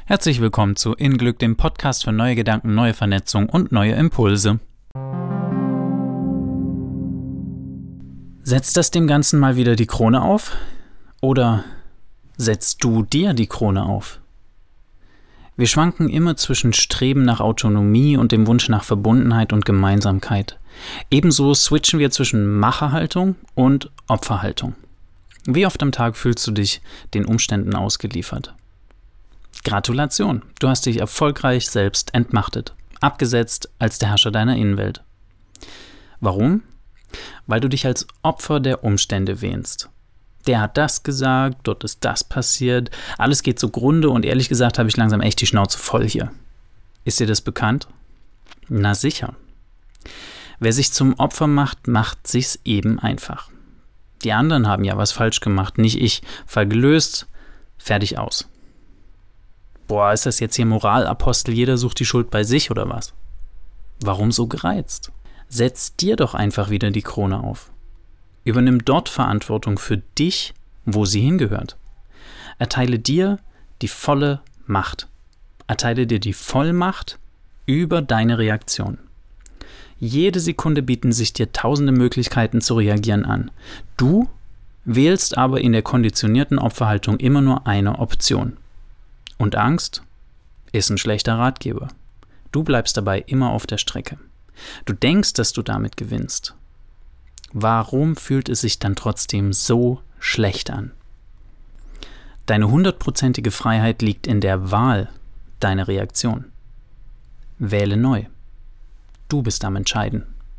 Herzlich willkommen zu In Glück, dem Podcast für neue Gedanken, neue Vernetzung und neue Impulse. Setzt das dem Ganzen mal wieder die Krone auf? Oder setzt du dir die Krone auf? Wir schwanken immer zwischen Streben nach Autonomie und dem Wunsch nach Verbundenheit und Gemeinsamkeit. Ebenso switchen wir zwischen Macherhaltung und Opferhaltung. Wie oft am Tag fühlst du dich den Umständen ausgeliefert? Gratulation, du hast dich erfolgreich selbst entmachtet, abgesetzt als der Herrscher deiner Innenwelt. Warum? Weil du dich als Opfer der Umstände wähnst. Der hat das gesagt, dort ist das passiert, alles geht zugrunde und ehrlich gesagt habe ich langsam echt die Schnauze voll hier. Ist dir das bekannt? Na sicher. Wer sich zum Opfer macht, macht sich's eben einfach. Die anderen haben ja was falsch gemacht, nicht ich. Fall gelöst, fertig aus. Boah, ist das jetzt hier Moralapostel, jeder sucht die Schuld bei sich oder was? Warum so gereizt? Setz dir doch einfach wieder die Krone auf. Übernimm dort Verantwortung für dich, wo sie hingehört. Erteile dir die volle Macht. Erteile dir die Vollmacht über deine Reaktion. Jede Sekunde bieten sich dir tausende Möglichkeiten zu reagieren an. Du wählst aber in der konditionierten Opferhaltung immer nur eine Option. Und Angst ist ein schlechter Ratgeber. Du bleibst dabei immer auf der Strecke. Du denkst, dass du damit gewinnst. Warum fühlt es sich dann trotzdem so schlecht an? Deine 100%ige Freiheit liegt in der Wahl deiner Reaktion. Wähle neu. Du bist am Entscheiden.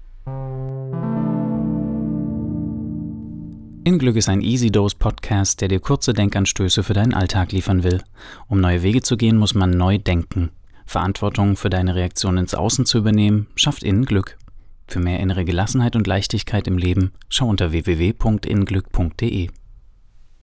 In Glück ist ein Easy-Dose-Podcast, der dir kurze Denkanstöße für deinen Alltag liefern will. Um neue Wege zu gehen, muss man neu denken. Verantwortung für deine Reaktion ins Außen zu übernehmen, schafft innen Glück. Für mehr innere Gelassenheit und Leichtigkeit im Leben, schau unter www.inglück.de.